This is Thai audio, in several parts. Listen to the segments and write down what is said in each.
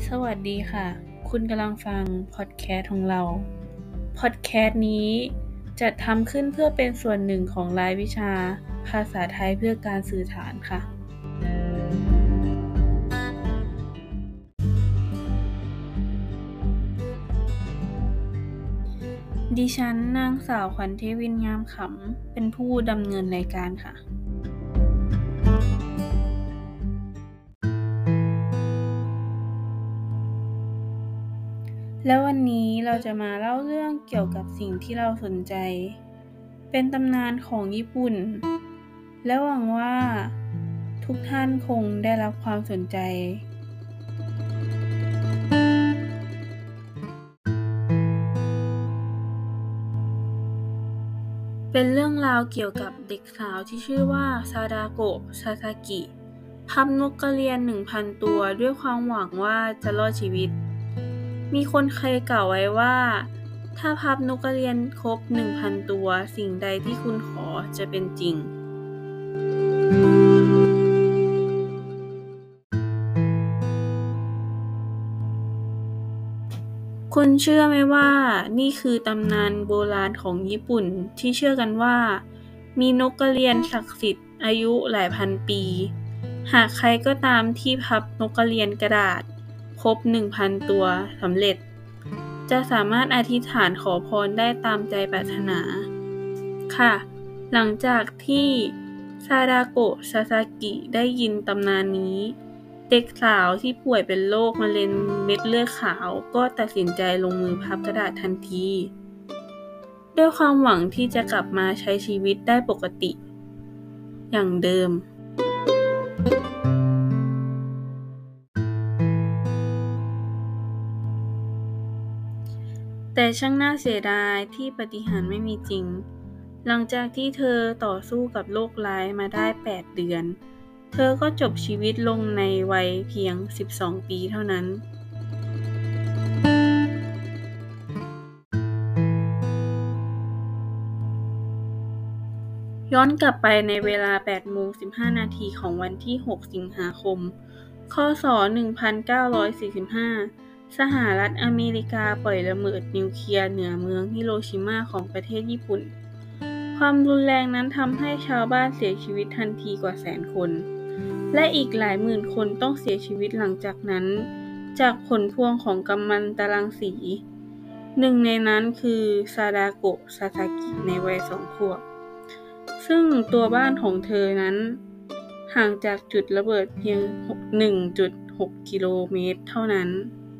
สวัสดีค่ะ คุณกำลังฟังพอดแคสต์ของเรา พอดแคสต์นี้จัดทำขึ้นเพื่อเป็นส่วนหนึ่งของรายวิชาภาษาไทยเพื่อการสื่อสารค่ะ ดิฉันนางสาวขวัญเทวินงามขำเป็นผู้ดำเนินรายการค่ะ แล้ววันนี้เราจะมาเล่าเรื่องเกี่ยวกับสิ่งที่เราสนใจ เป็นตำนานของญี่ปุ่น และหวังว่าทุกท่านคงได้รับความสนใจ เป็นเรื่องราวเกี่ยวกับเด็กสาวที่ชื่อว่าซาดาโกะ ซาซากิ พับนกกระเรียน 1,000 ตัวด้วยความหวังว่าจะรอดชีวิต มีคนเคยกล่าวไว้ว่า ถ้าพับนกกระเรียนครบ 1,000 ตัว สิ่งใดที่คุณขอจะเป็นจริง คุณเชื่อไหมว่านี่คือตำนานโบราณของญี่ปุ่นที่เชื่อกันว่ามีนกกระเรียนศักดิ์สิทธิ์อายุหลายพันปี หากใครก็ตามที่พับนกกระเรียนกระดาษครบ 1,000 ตัวสำเร็จ จะสามารถอธิษฐานขอพรได้ตามใจปรารถนา ค่ะ หลังจากที่ซาดาโกะ ซาซากิได้ยินตำนานนี้ เด็กสาวที่ป่วยเป็นโรคมะเร็งเม็ดเลือดขาวก็ตัดสินใจลงมือพับกระดาษทันที ด้วยความหวังที่จะกลับมาใช้ชีวิตได้ปกติ อย่างเดิม แต่ช่างน่าเสียดายที่ปาฏิหาริย์ไม่มีจริง หลังจากที่เธอต่อสู้กับโรคร้ายมาได้ 8 เดือน เธอก็จบชีวิตลงในวัยเพียง 12 ปีเท่านั้น ย้อนกลับไปในเวลา 8:15 น.ของวันที่ 6 สิงหาคม ค.ศ. 1945 สหรัฐอเมริกาปล่อยระเบิดนิวเคลียร์เหนือเมืองฮิโรชิมาของประเทศญี่ปุ่น ความรุนแรงนั้นทำให้ชาวบ้านเสียชีวิตทันทีกว่าแสนคน และอีกหลายหมื่นคนต้องเสียชีวิตหลังจากนั้น จากผลพวงของกัมมันตรังสี หนึ่งในนั้นคือซาดาโกะ ซาซากิในวัย 2 ขวบ ซึ่งตัวบ้านของเธอนั้นห่างจากจุดระเบิดเพียง 1.6 กิโลเมตรเท่านั้น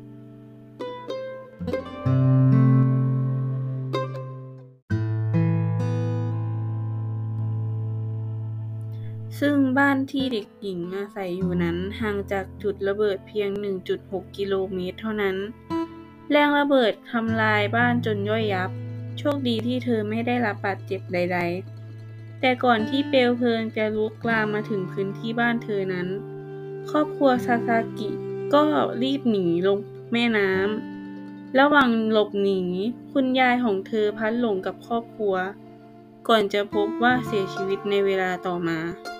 ซึ่งบ้านที่เด็กหญิงอาศัยอยู่นั้นห่างจากจุดระเบิดเพียง 1.6 กิโลเมตรเท่านั้น แรงระเบิดทำลายบ้านจนย่อยยับ โชคดีที่เธอไม่ได้รับบาดเจ็บใดๆ แต่ก่อนที่เปลวเพลิงจะลุกลามมาถึงพื้นที่บ้านเธอนั้น ครอบครัวซาซากิก็รีบหนีลงแม่น้ำ ระหว่างหลบหนี คุณยายของเธอพลัดหลงกับครอบครัว ก่อนจะพบว่าเสียชีวิตในเวลาต่อมา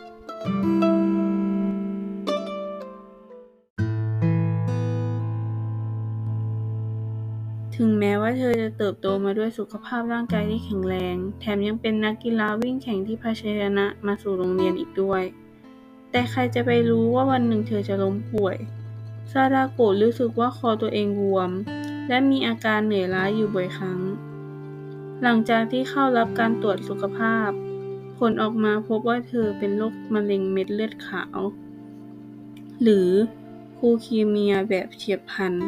ถึงแม้ว่าเธอจะเติบโตมาด้วยสุขภาพร่างกายที่แข็งแรง แถมยังเป็นนักกีฬาวิ่งแข่งที่พาชัยชนะมาสู่โรงเรียนอีกด้วย แต่ใครจะไปรู้ว่าวันหนึ่งเธอจะล้มป่วย ซาดาโกะรู้สึกว่าคอตัวเองบวม และมีอาการเหนื่อยล้าอยู่บ่อยครั้ง หลังจากที่เข้ารับการตรวจสุขภาพ ผลออกมาพบว่าเธอเป็นโรคมะเร็งเม็ดเลือดขาว หรือลูคีเมียแบบเฉียบพลัน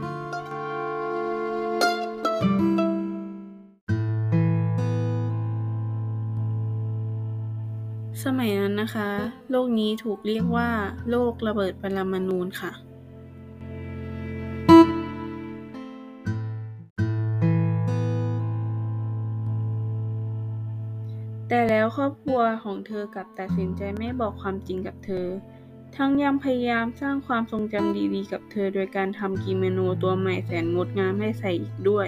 สมัยนั้นนะคะ โรคนี้ถูกเรียกว่าโรคระเบิดปรมาณูค่ะ แต่แล้วครอบครัวของเธอกลับตัดสินใจไม่บอกความจริงกับเธอ ทั้งยังพยายามสร้างความทรงจำดีๆกับเธอโดยการทำกิโมโนตัวใหม่แสนงดงามให้ใส่อีกด้วย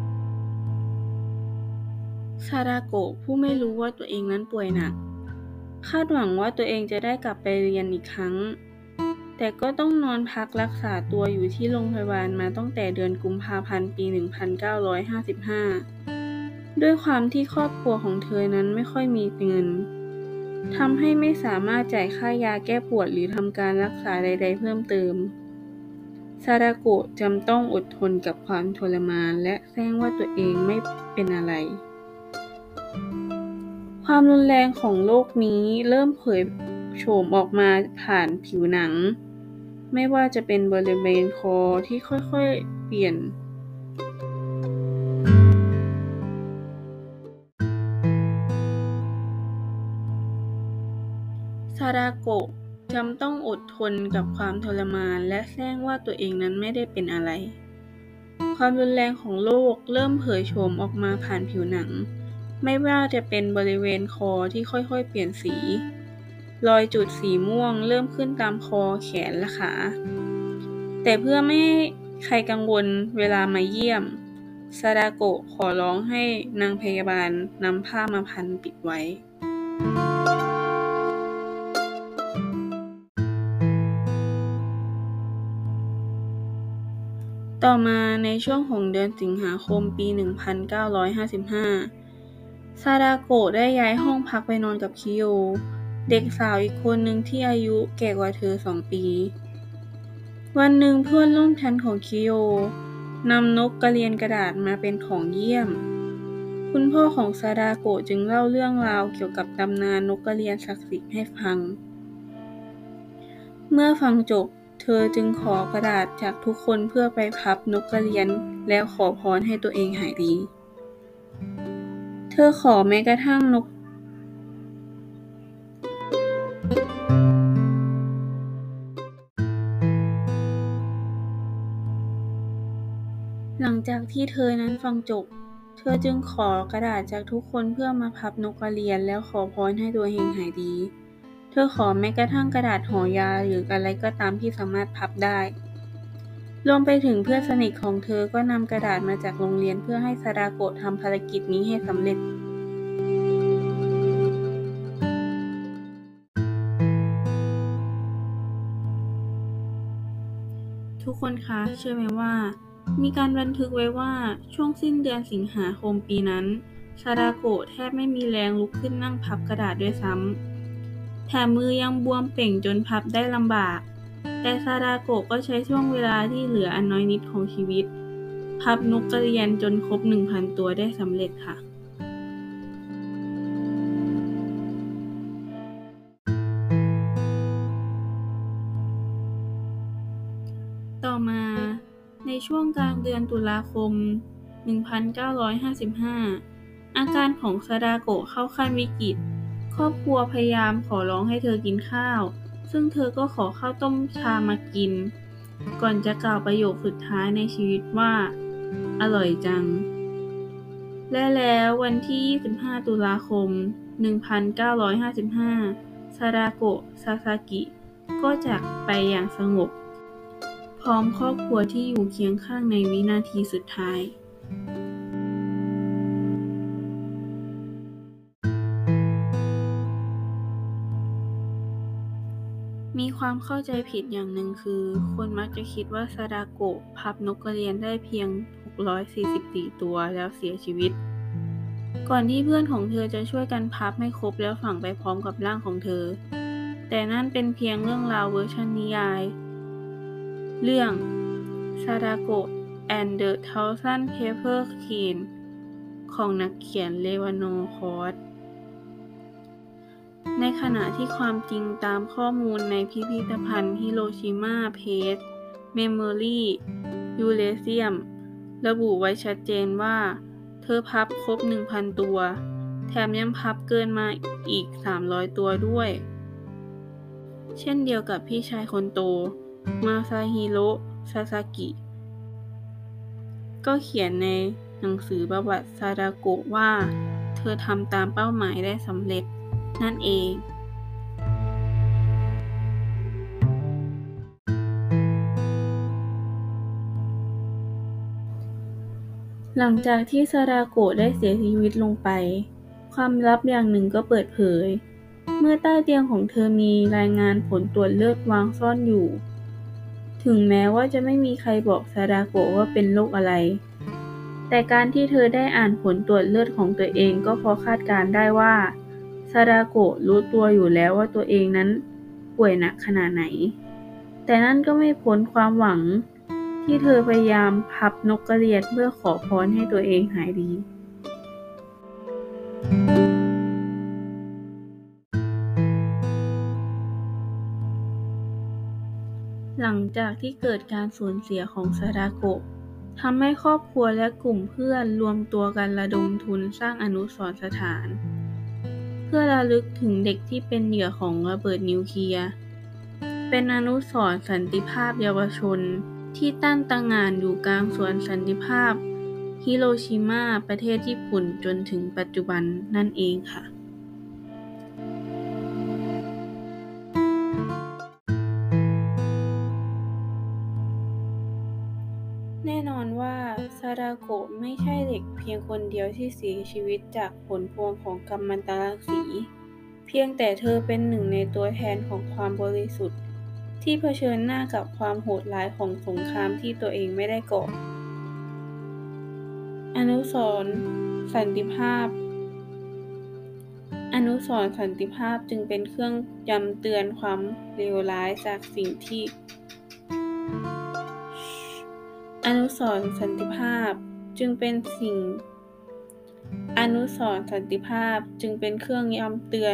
ซาดาโกะผู้ไม่รู้ว่าตัวเองนั้นป่วยหนักคาดหวังว่าตัวเองจะได้กลับไปเรียนอีกครั้งแต่ก็ต้องนอนพักรักษาตัวอยู่ที่โรงพยาบาลมาตั้งแต่เดือนกุมภาพันธ์ปี 1955 ด้วยความที่ครอบครัวของเธอนั้นไม่ค่อยมีเงินทำให้ไม่สามารถจ่ายค่ายาแก้ปวดหรือทำการรักษาใดๆเพิ่มเติมซาดาโกะจำต้องอดทนกับความทรมานและแซงว่าตัวเองไม่เป็นอะไรความรุนแรงของโรคนี้เริ่มเผยโฉมออกมาผ่านผิวหนังไม่ว่าจะเป็นบริเวณคอที่ค่อยๆเปลี่ยนซาดาโกะจำต้องอดทนกับความทรมานและแซงว่าตัวเองนั้นไม่ได้เป็นอะไรความรุนแรงของโรคเริ่มเผยโฉมออกมาผ่านผิวหนังไม่ว่าจะเป็นบริเวณคอที่ค่อยๆเปลี่ยนสีรอยจุดสีม่วงเริ่มขึ้นตามคอแขนและขาแต่เพื่อไม่ให้ใครกังวลเวลามาเยี่ยมซาดาโกะขอร้องให้นางพยาบาลนำผ้ามาพันปิดไว้ต่อมาในช่วงของเดือนสิงหาคมปี 1955 ซาดาโกะได้ย้ายห้องพักไปนอนกับคิโยเด็กสาวอีกคนหนึ่งที่อายุแก่กว่าเธอ2 ปีวันหนึ่งเพื่อนร่วมชั้นของคิโยนำนกกระเรียนกระดาษมาเป็นของเยี่ยมคุณพ่อของซาดาโกะจึงเล่าเรื่องราวเกี่ยวกับตำนานนกกระเรียนศักดิ์สิทธิ์ให้ฟังเมื่อฟังจบเธอจึงขอกระดาษจากทุกคนเพื่อไปพับนกกระเรียนแล้วขอพรให้ตัวเองหายดีเธอขอแม้กระทั่งนกหลังจากที่เธอนั้นฟังจบเธอจึงขอกระดาษจากทุกคนเพื่อมาพับนกกระเรียนแล้วขอพรให้ตัวเองหายดีเธอขอแม้กระทั่งกระดาษห่อยาหรืออะไรก็ตามที่สามารถพับได้รวมไปถึงเพื่อนสนิทของเธอก็นำกระดาษมาจากโรงเรียนเพื่อให้ซาดาโกะทำภารกิจนี้ให้สำเร็จทุกคนคะเชื่อไหมว่ามีการบันทึกไว้ว่าช่วงสิ้นเดือนสิงหาคมปีนั้นซาดาโกะแทบไม่มีแรงลุกขึ้นนั่งพับกระดาษด้วยซ้ำแถมมือยังบวมเป่งจนพับได้ลำบากแต่ซาดาโกะก็ใช้ช่วงเวลาที่เหลืออันน้อยนิดของชีวิตพับนกกระเรียนจนครบ 1,000 ตัวได้สำเร็จค่ะต่อมาในช่วงกลางเดือนตุลาคม 1955 อาการของซาดาโกะเข้าขั้นวิกฤตครอบครัวพยายามขอร้องให้เธอกินข้าวซึ่งเธอก็ขอข้าวต้มชามากินก่อนจะกล่าวประโยคสุดท้ายในชีวิตว่าอร่อยจังและแล้ววันที่ 25 ตุลาคม 1955 ซาดาโกะ ซาซากิ ก็จากไปอย่างสงบพร้อมครอบครัวที่อยู่เคียงข้างในวินาทีสุดท้ายมีความเข้าใจผิดอย่างหนึ่งคือคนมักจะคิดว่าซาดาโกะพับนกกระเรียนได้เพียง 644 ตัวแล้วเสียชีวิตก่อนที่เพื่อนของเธอจะช่วยกันพับให้ครบแล้วฝังไปพร้อมกับร่างของเธอแต่นั่นเป็นเพียงเรื่องราวเวอร์ชันนิยายเรื่อง Sadako and the Thousand Paper Cranes ของนักเขียนเลวานอร์ คอร์ตในขณะที่ความจริงตามข้อมูลในพิพิธภัณฑ์ฮิโรชิมาเพสเมโมรี่ยูเรเซียมระบุไว้ชัดเจนว่าเธอพับครบ 1,000 ตัวแถมยังพับเกินมาอีก 300 ตัวด้วยเช่นเดียวกับพี่ชายคนโตมาซาฮิโร่ ซาซากิก็เขียนในหนังสือประวัติซาดาโกะว่าเธอทำตามเป้าหมายได้สำเร็จนั่นเองหลังจากที่ซาดาโกะได้เสียชีวิตลงไปความลับอย่างหนึ่งก็เปิดเผยเมื่อใต้เตียงของเธอมีรายงานผลตรวจเลือดวางซ่อนอยู่ถึงแม้ว่าจะไม่มีใครบอกซาดาโกะว่าเป็นโรคอะไรแต่การที่เธอได้อ่านผลตรวจเลือดของตัวเองก็พอคาดการณ์ได้ว่าซาดาโกะรู้ตัวอยู่แล้วว่าตัวเองนั้นป่วยหนักขนาดไหนแต่นั่นก็ไม่พ้นความหวังที่เธอพยายามพับนกกระเรียนเพื่อขอพรให้ตัวเองหายดีหลังจากที่เกิดการสูญเสียของซาดาโกะทำให้ครอบครัวและกลุ่มเพื่อนรวมตัวกันระดมทุนสร้างอนุสรณ์สถานเพื่อระลึกถึงเด็กที่เป็นเหยื่อของระเบิดนิวเคลียร์เป็นอนุสรณ์สันติภาพเยาวชนที่ตั้งตระหง่านอยู่กลางสวนสันติภาพฮิโรชิมาประเทศญี่ปุ่นจนถึงปัจจุบันนั่นเองค่ะแน่นอนว่าซาดาโกะไม่ใช่เด็กเพียงคนเดียวที่เสียชีวิตจากผลพวงของกัมมันตรังสีเพียงแต่เธอเป็นหนึ่งในตัวแทนของความบริสุทธิ์ที่เผชิญหน้ากับความโหดร้ายของสงครามที่ตัวเองไม่ได้ก่ออนุสรณ์สันติภาพจึงเป็นเครื่องย้ำเตือนความเลวร้ายจากสิ่งที่อนุสรณ์สันติภาพจึงเป็นเครื่องย้ำเตือน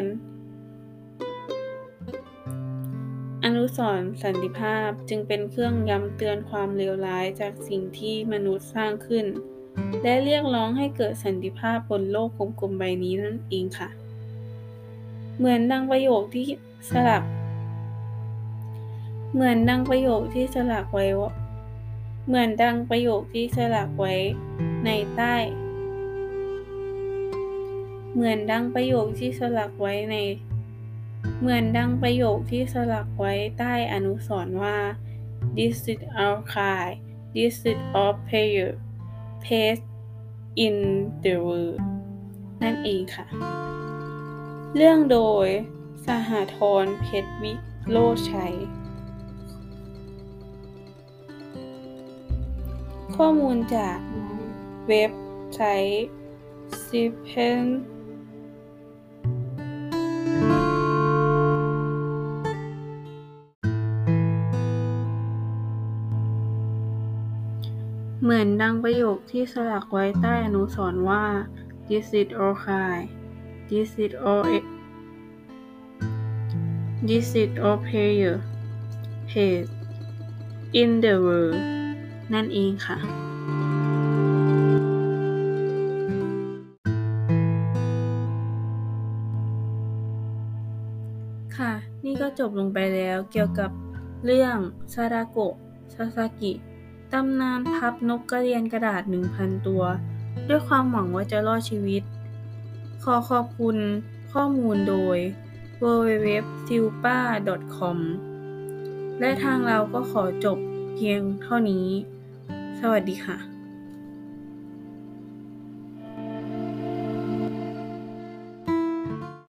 ความเลวร้ายจากสิ่งที่มนุษย์สร้างขึ้นและเรียกร้องให้เกิดสันติภาพบนโลกกลมๆใบนี้นั่นเองค่ะเหมือนดังประโยคที่สลักไว้ในใต้อนุสรณ์ว่า This is our cry This is our prayer Peace in the world นั่นเองค่ะเรื่องโดยสหธร เพชรวิโรจน์ชัยข้อมูลจากเว็บไซต์ Stephenเหมือนดังประโยคที่สลักไว้ใต้อนุสรณ์ว่า This is our cry This is our prayer Peace in the world นั่นเองค่ะค่ะนี่ก็จบลงไปแล้วเกี่ยวกับเรื่องซาดาโกะ ซาซากิตำนานพับนกกระเรียนกระดาษ 1,000 ตัวด้วยความหวังว่าจะรอดชีวิตขอขอบคุณข้อมูลโดย www.silpa.com และทางเราก็ขอจบเพียงเท่านี้สวัสดีค่ะ